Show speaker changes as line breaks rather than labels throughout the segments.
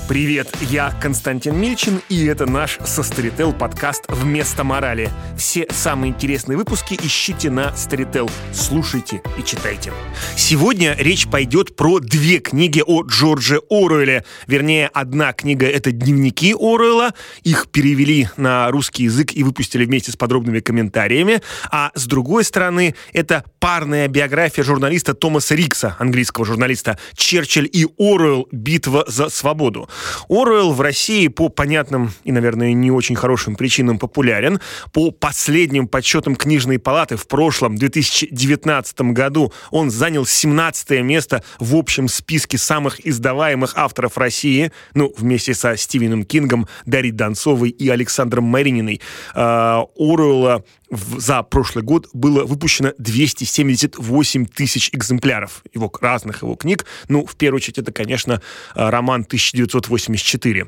Привет, я Константин Мильчин, и это наш со Storytel подкаст «Вместо морали». Все самые интересные выпуски ищите на Storytel. Слушайте и читайте. Сегодня речь пойдет про две книги о Джордже Оруэлле. Вернее, одна книга — это «Дневники Оруэлла». Их перевели на русский язык и выпустили вместе с подробными комментариями. А с другой стороны, это парная биография журналиста Томаса Рикса, английского журналиста, «Черчилль и Оруэлл. Битва за свободу». Оруэлл в России по понятным и, наверное, не очень хорошим причинам популярен. По последним подсчетам книжной палаты в прошлом, 2019 году, он занял 17 место в общем списке самых издаваемых авторов России, вместе со Стивеном Кингом, Дарьей Донцовой и Александром Марининой. Оруэлла за прошлый год было выпущено 278 тысяч экземпляров разных его книг. В первую очередь, это, конечно, роман 1984.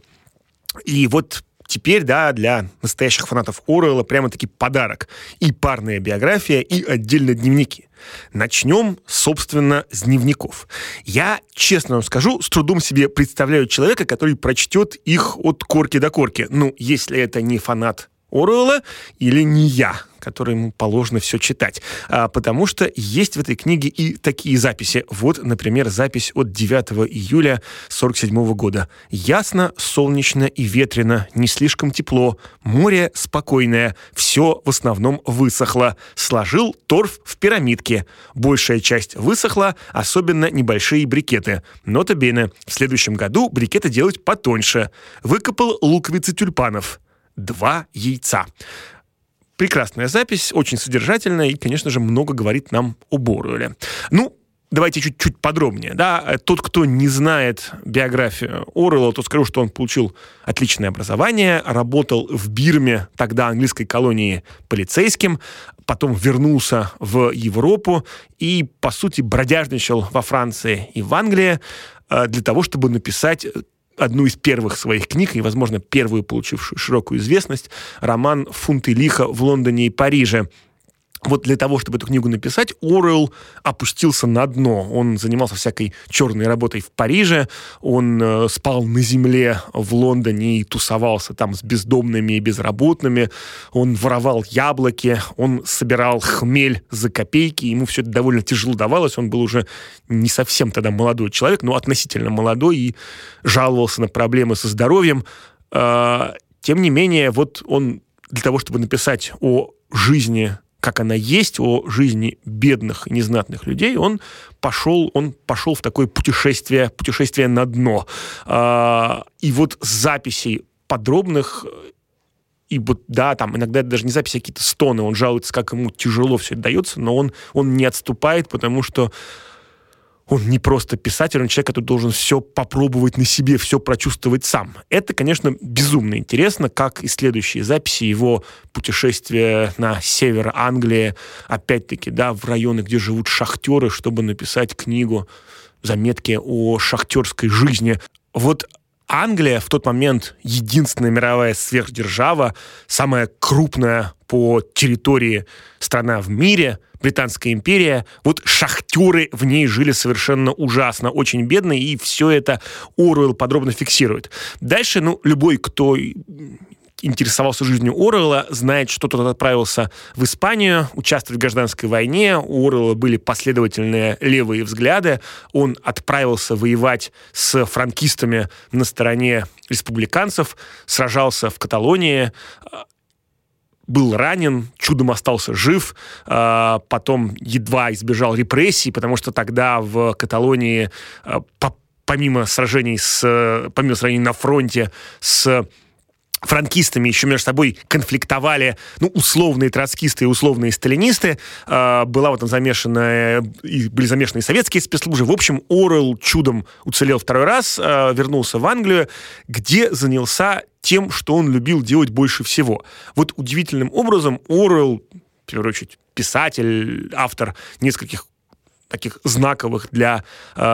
И вот теперь, для настоящих фанатов Оруэлла прямо-таки подарок. И парная биография, и отдельно дневники. Начнем, собственно, с дневников. Я, честно вам скажу, с трудом себе представляю человека, который прочтет их от корки до корки. Если это не фанат Оруэлла или не я, которому положено все читать. Потому что есть в этой книге и такие записи. Вот, например, запись от 9 июля 1947 года. Ясно, солнечно и ветрено, не слишком тепло, море спокойное, все в основном высохло. Сложил торф в пирамидке. Большая часть высохла, особенно небольшие брикеты. Нота бене, в следующем году брикеты делать потоньше. Выкопал луковицы тюльпанов. 2 яйца. Прекрасная запись, очень содержательная и, конечно же, много говорит нам об Оруэлле. Давайте чуть-чуть подробнее. Тот, кто не знает биографию Оруэлла, то скажу, что он получил отличное образование, работал в Бирме, тогда английской колонии, полицейским, потом вернулся в Европу и, по сути, бродяжничал во Франции и в Англии для того, чтобы написать одну из первых своих книг, и, возможно, первую, получившую широкую известность, роман «Фунт и лихо в Лондоне и Париже». Вот для того, чтобы эту книгу написать, Оруэлл опустился на дно. Он занимался всякой черной работой в Париже, он спал на земле в Лондоне и тусовался там с бездомными и безработными, он воровал яблоки, он собирал хмель за копейки, ему все это довольно тяжело давалось, он был уже не совсем тогда молодой человек, но относительно молодой, и жаловался на проблемы со здоровьем. Тем не менее, вот он для того, чтобы написать о жизни, как она есть, о жизни бедных и незнатных людей, он пошел в такое путешествие на дно. И вот записей подробных, и там иногда это даже не записи, а какие-то стоны, он жалуется, как ему тяжело все это дается, но он не отступает, потому что он не просто писатель, он человек, который должен все попробовать на себе, все прочувствовать сам. Это, конечно, безумно интересно, как и следующие записи его путешествия на север Англии, опять-таки, в районы, где живут шахтеры, чтобы написать книгу, заметки о шахтерской жизни. Вот Англия в тот момент единственная мировая сверхдержава, самая крупная по территории страна в мире, Британская империя. Вот шахтеры в ней жили совершенно ужасно, очень бедно, и все это Оруэлл подробно фиксирует. Дальше, любой, кто интересовался жизнью Оруэлла, знает, что тот отправился в Испанию участвовать в гражданской войне. У Оруэлла были последовательные левые взгляды. Он отправился воевать с франкистами на стороне республиканцев, сражался в Каталонии, был ранен, чудом остался жив, потом едва избежал репрессий, потому что тогда в Каталонии, помимо сражений на фронте с франкистами, еще между собой конфликтовали условные троцкисты и условные сталинисты. Были замешаны и советские спецслужбы. В общем, Оруэлл чудом уцелел второй раз, вернулся в Англию, где занялся тем, что он любил делать больше всего. Вот удивительным образом Оруэлл, в первую очередь, писатель, автор нескольких таких знаковых для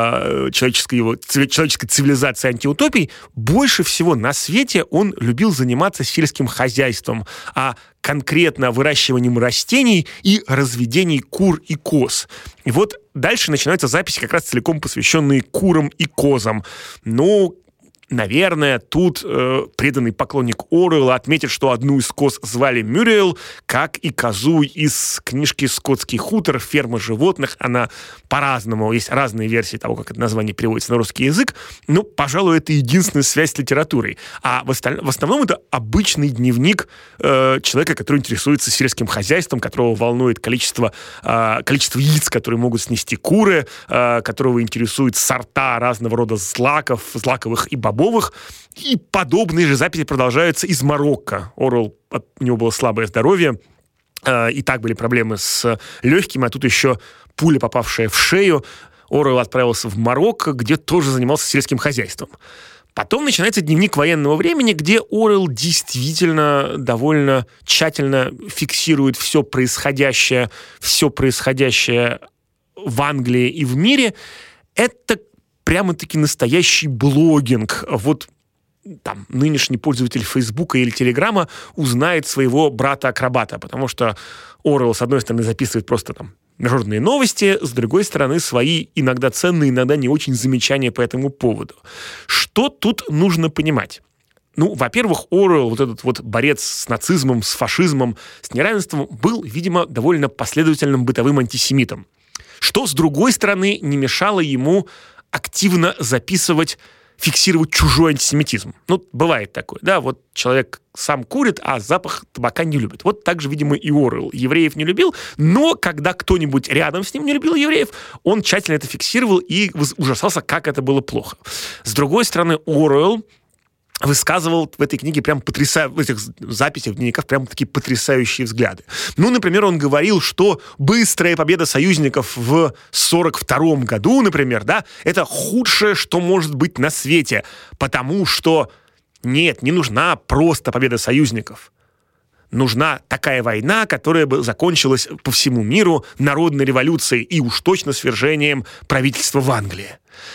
человеческой цивилизации антиутопий, больше всего на свете он любил заниматься сельским хозяйством, а конкретно выращиванием растений и разведением кур и коз. И вот дальше начинаются записи, как раз целиком посвященные курам и козам. наверное, тут преданный поклонник Оруэлла отметит, что одну из коз звали Мюриэл, как и козу из книжки «Скотский хутор. Ферма животных». Она по-разному, есть разные версии того, как это название переводится на русский язык. Ну, пожалуй, это единственная связь с литературой. А в основном это обычный дневник человека, который интересуется сельским хозяйством, которого волнует количество яиц, которые могут снести куры, которого интересуют сорта разного рода злаков, злаковых и бобовых. И подобные же записи продолжаются из Марокко. Оруэлл, у него было слабое здоровье, и так были проблемы с легкими, а тут еще пуля, попавшая в шею. Оруэлл отправился в Марокко, где тоже занимался сельским хозяйством. Потом начинается дневник военного времени, где Оруэлл действительно довольно тщательно фиксирует все происходящее в Англии и в мире. Это прямо-таки настоящий блогинг. Вот там нынешний пользователь Фейсбука или Телеграма узнает своего брата-акробата, потому что Оруэлл, с одной стороны, записывает просто там международные новости, с другой стороны, свои иногда ценные, иногда не очень замечания по этому поводу. Что тут нужно понимать? Ну, во-первых, Оруэлл, вот этот вот борец с нацизмом, с фашизмом, с неравенством, был, видимо, довольно последовательным бытовым антисемитом. Что, с другой стороны, не мешало ему активно фиксировать чужой антисемитизм. Ну, бывает такое, да, вот человек сам курит, а запах табака не любит. Вот так же, видимо, и Оруэлл. Евреев не любил, но когда кто-нибудь рядом с ним не любил евреев, он тщательно это фиксировал и ужасался, как это было плохо. С другой стороны, Оруэлл высказывал в этой книге в этих записях, в дневниках прям такие потрясающие взгляды. Ну, например, он говорил, что быстрая победа союзников в 1942 году, например, да, это худшее, что может быть на свете, потому что нет, не нужна просто победа союзников. Нужна такая война, которая бы закончилась по всему миру народной революцией и уж точно свержением правительства в Англии.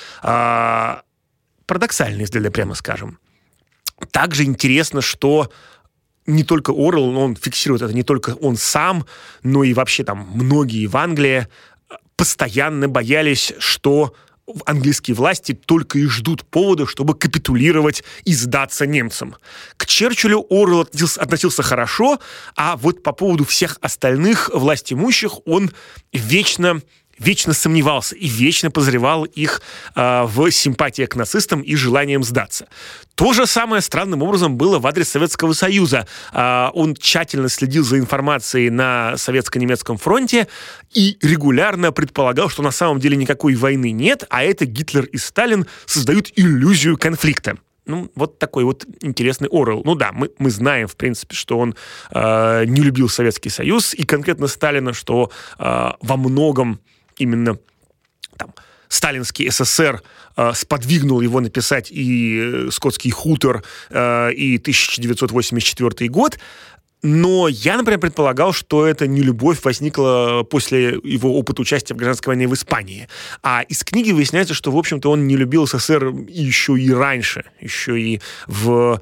Парадоксальный взгляд, прямо скажем. Также интересно, что не только Оруэлл, он фиксирует это не только он сам, но и вообще там многие в Англии постоянно боялись, что английские власти только и ждут повода, чтобы капитулировать и сдаться немцам. К Черчиллю Оруэлл относился хорошо, а вот по поводу всех остальных властимущих он вечно сомневался и вечно подозревал их в симпатии к нацистам и желанием сдаться. То же самое странным образом было в адрес Советского Союза. Он тщательно следил за информацией на советско-немецком фронте и регулярно предполагал, что на самом деле никакой войны нет, а это Гитлер и Сталин создают иллюзию конфликта. Ну, вот такой вот интересный Оруэлл. Ну да, мы знаем, в принципе, что он не любил Советский Союз и конкретно Сталина, что во многом именно там сталинский СССР сподвигнул его написать и «Скотский хутор», и 1984 год. Но я, например, предполагал, что эта нелюбовь возникла после его опыта участия в гражданской войне в Испании. А из книги выясняется, что, в общем-то, он не любил СССР еще и раньше, еще и в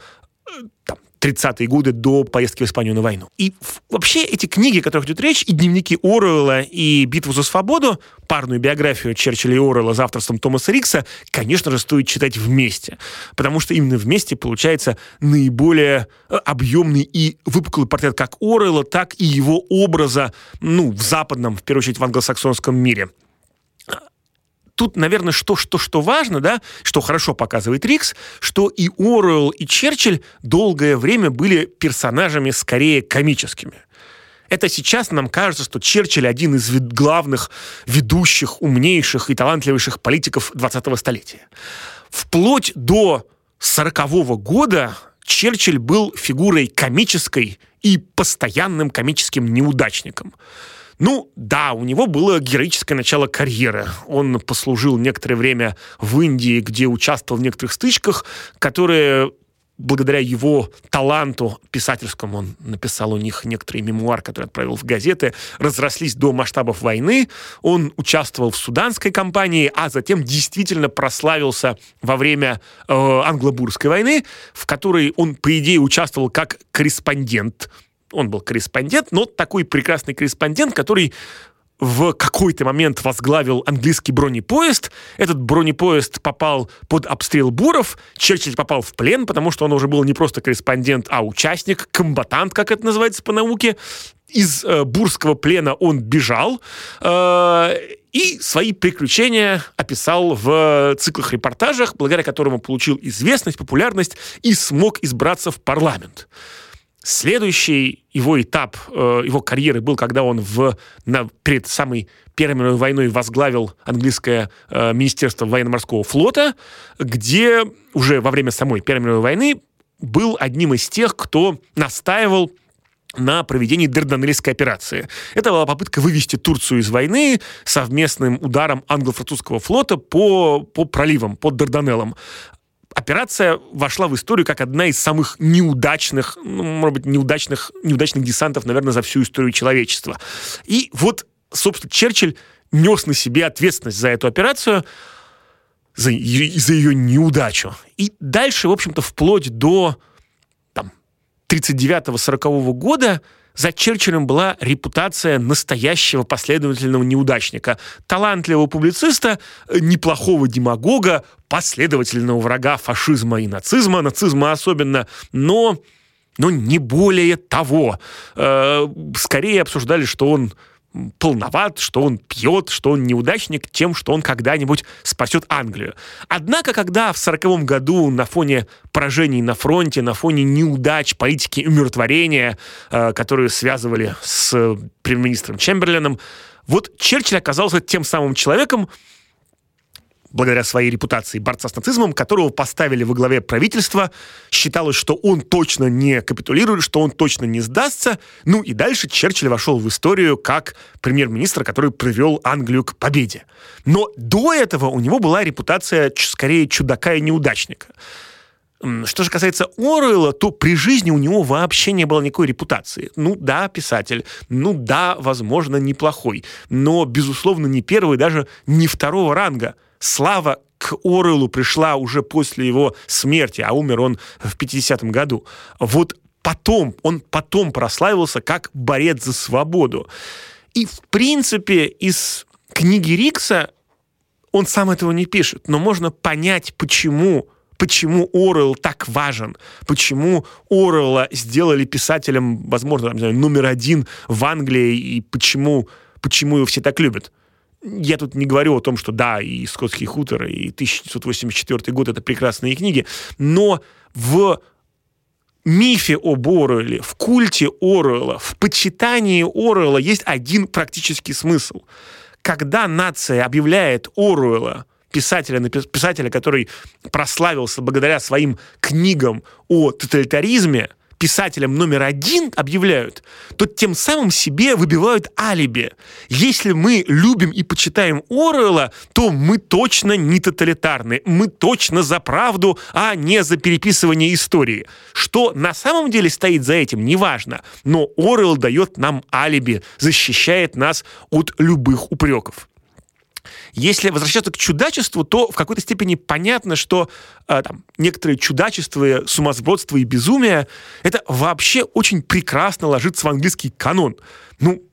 30-е годы до поездки в Испанию на войну. И вообще эти книги, о которых идет речь, и дневники Оруэлла, и «Битву за свободу», парную биографию Черчилля и Оруэлла за авторством Томаса Рикса, конечно же, стоит читать вместе. Потому что именно вместе получается наиболее объемный и выпуклый портрет как Оруэлла, так и его образа, в западном, в первую очередь, в англосаксонском мире. Тут, наверное, что важно, да, что хорошо показывает Рикс, что и Оруэлл, и Черчилль долгое время были персонажами скорее комическими. Это сейчас нам кажется, что Черчилль один из главных, ведущих, умнейших и талантливейших политиков 20-го столетия. Вплоть до 40-го года Черчилль был фигурой комической и постоянным комическим неудачником. Ну, да, у него было героическое начало карьеры. Он послужил некоторое время в Индии, где участвовал в некоторых стычках, которые, благодаря его таланту писательскому, он написал у них некоторые мемуары, которые отправил в газеты, разрослись до масштабов войны. Он участвовал в суданской кампании, а затем действительно прославился во время англо-бурской войны, в которой он, по идее, участвовал как корреспондент. Он был корреспондент, но такой прекрасный корреспондент, который в какой-то момент возглавил английский бронепоезд. Этот бронепоезд попал под обстрел буров. Черчилль попал в плен, потому что он уже был не просто корреспондент, а участник, комбатант, как это называется по науке. Из бурского плена он бежал и свои приключения описал в циклах-репортажах, благодаря которому получил известность, популярность и смог избраться в парламент. Следующий его этап его карьеры был, когда он перед самой Первой мировой войной возглавил английское Министерство военно-морского флота, где уже во время самой Первой мировой войны был одним из тех, кто настаивал на проведении Дарданельской операции. Это была попытка вывести Турцию из войны совместным ударом англо-французского флота по проливам, под Дарданеллом. Операция вошла в историю как одна из самых неудачных, неудачных десантов, наверное, за всю историю человечества. И вот, собственно, Черчилль нес на себе ответственность за эту операцию, за ее неудачу. И дальше, в общем-то, вплоть до 1939-1940 года за Черчиллем была репутация настоящего последовательного неудачника, талантливого публициста, неплохого демагога, последовательного врага фашизма и нацизма особенно, но не более того. Скорее обсуждали, что он полноват, что он пьет, что он неудачник, тем, что он когда-нибудь спасет Англию. Однако, когда в 1940 году на фоне поражений на фронте, на фоне неудач политики умиротворения, которые связывали с премьер-министром Чемберленом, вот Черчилль оказался тем самым человеком, благодаря своей репутации борца с нацизмом, которого поставили во главе правительства. Считалось, что он точно не капитулирует, что он точно не сдастся. Ну и дальше Черчилль вошел в историю как премьер-министр, который привел Англию к победе. Но до этого у него была репутация скорее чудака и неудачника. Что же касается Оруэлла, то при жизни у него вообще не было никакой репутации. Ну да, писатель, ну да, возможно, неплохой, но, безусловно, не первый, даже не второго ранга. Слава к Оруэллу пришла уже после его смерти, а умер он в 50-м году. Вот он потом прославился как борец за свободу. И, в принципе, из книги Рикса он сам этого не пишет, но можно понять, почему Оруэлл так важен, почему Оруэлла сделали писателем, возможно, номер один в Англии, и почему его все так любят. Я тут не говорю о том, что да, и «Скотский хутор», и 1984 год — это прекрасные книги, но в мифе об Оруэлле, в культе Оруэлла, в почитании Оруэлла есть один практический смысл. Когда нация объявляет Оруэлла, писателя, который прославился благодаря своим книгам о тоталитаризме, писателем номер один объявляют, то тем самым себе выбивают алиби. Если мы любим и почитаем Оруэлла, то мы точно не тоталитарны, мы точно за правду, а не за переписывание истории. Что на самом деле стоит за этим, неважно, но Оруэлл дает нам алиби, защищает нас от любых упреков. Если возвращаться к чудачеству, то в какой-то степени понятно, что некоторые чудачества, сумасбродство и безумие — это вообще очень прекрасно ложится в английский канон. Ну,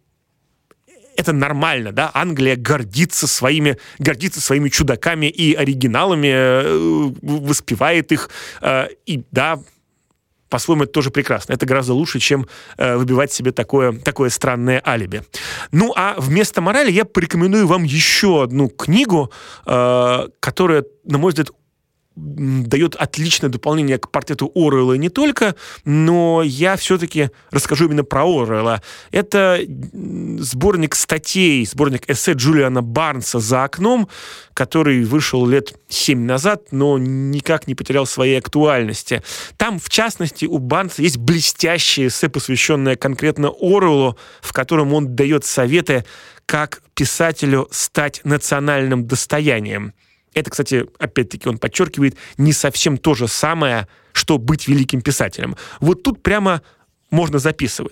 это нормально, да? Англия гордится своими чудаками и оригиналами, воспевает их, и да, по-своему, это тоже прекрасно. Это гораздо лучше, чем выбивать себе такое странное алиби. Ну, а вместо морали я порекомендую вам еще одну книгу, которая, на мой взгляд, дает отличное дополнение к портрету Оруэлла и не только, но я все-таки расскажу именно про Оруэлла. Это сборник статей, сборник эссе Джулиана Барнса «За окном», который вышел лет 7 назад, но никак не потерял своей актуальности. Там, в частности, у Барнса есть блестящее эссе, посвященное конкретно Оруэллу, в котором он дает советы, как писателю стать национальным достоянием. Это, кстати, опять-таки он подчеркивает, не совсем то же самое, что быть великим писателем. Вот тут прямо можно записывать.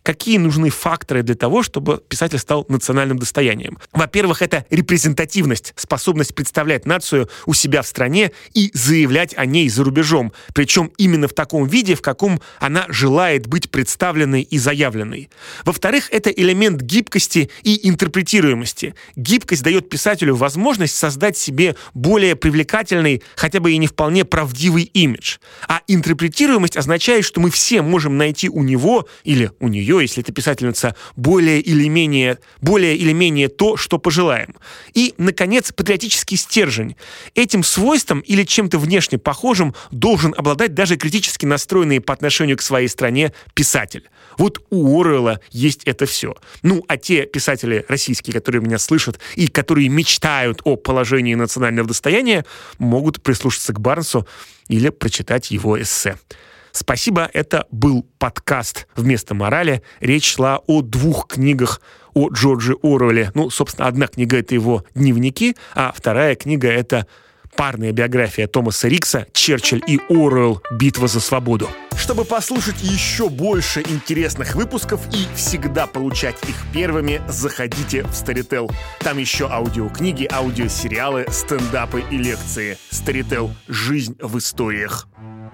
какие нужны факторы для того, чтобы писатель стал национальным достоянием. Во-первых, это репрезентативность, способность представлять нацию у себя в стране и заявлять о ней за рубежом, причем именно в таком виде, в каком она желает быть представленной и заявленной. Во-вторых, это элемент гибкости и интерпретируемости. Гибкость дает писателю возможность создать себе более привлекательный, хотя бы и не вполне правдивый имидж. А интерпретируемость означает, что мы все можем найти у него или у нее, если это писательница, более или менее то, что пожелаем. И, наконец, патриотический стержень. Этим свойством или чем-то внешне похожим должен обладать даже критически настроенный по отношению к своей стране писатель. Вот у Оруэлла есть это все. Ну, а те писатели российские, которые меня слышат и которые мечтают о положении национального достояния, могут прислушаться к Барнсу или прочитать его эссе. Спасибо, это был подкаст «Вместо морали». Речь шла о 2 книгах о Джорджи Оруэлле. Ну, собственно, одна книга — это его дневники, а вторая книга — это парная биография Томаса Рикса «Черчилль и Оруэлл. Битва за свободу». Чтобы послушать еще больше интересных выпусков и всегда получать их первыми, заходите в Storytel. Там еще аудиокниги, аудиосериалы, стендапы и лекции. Storytel. Жизнь в историях.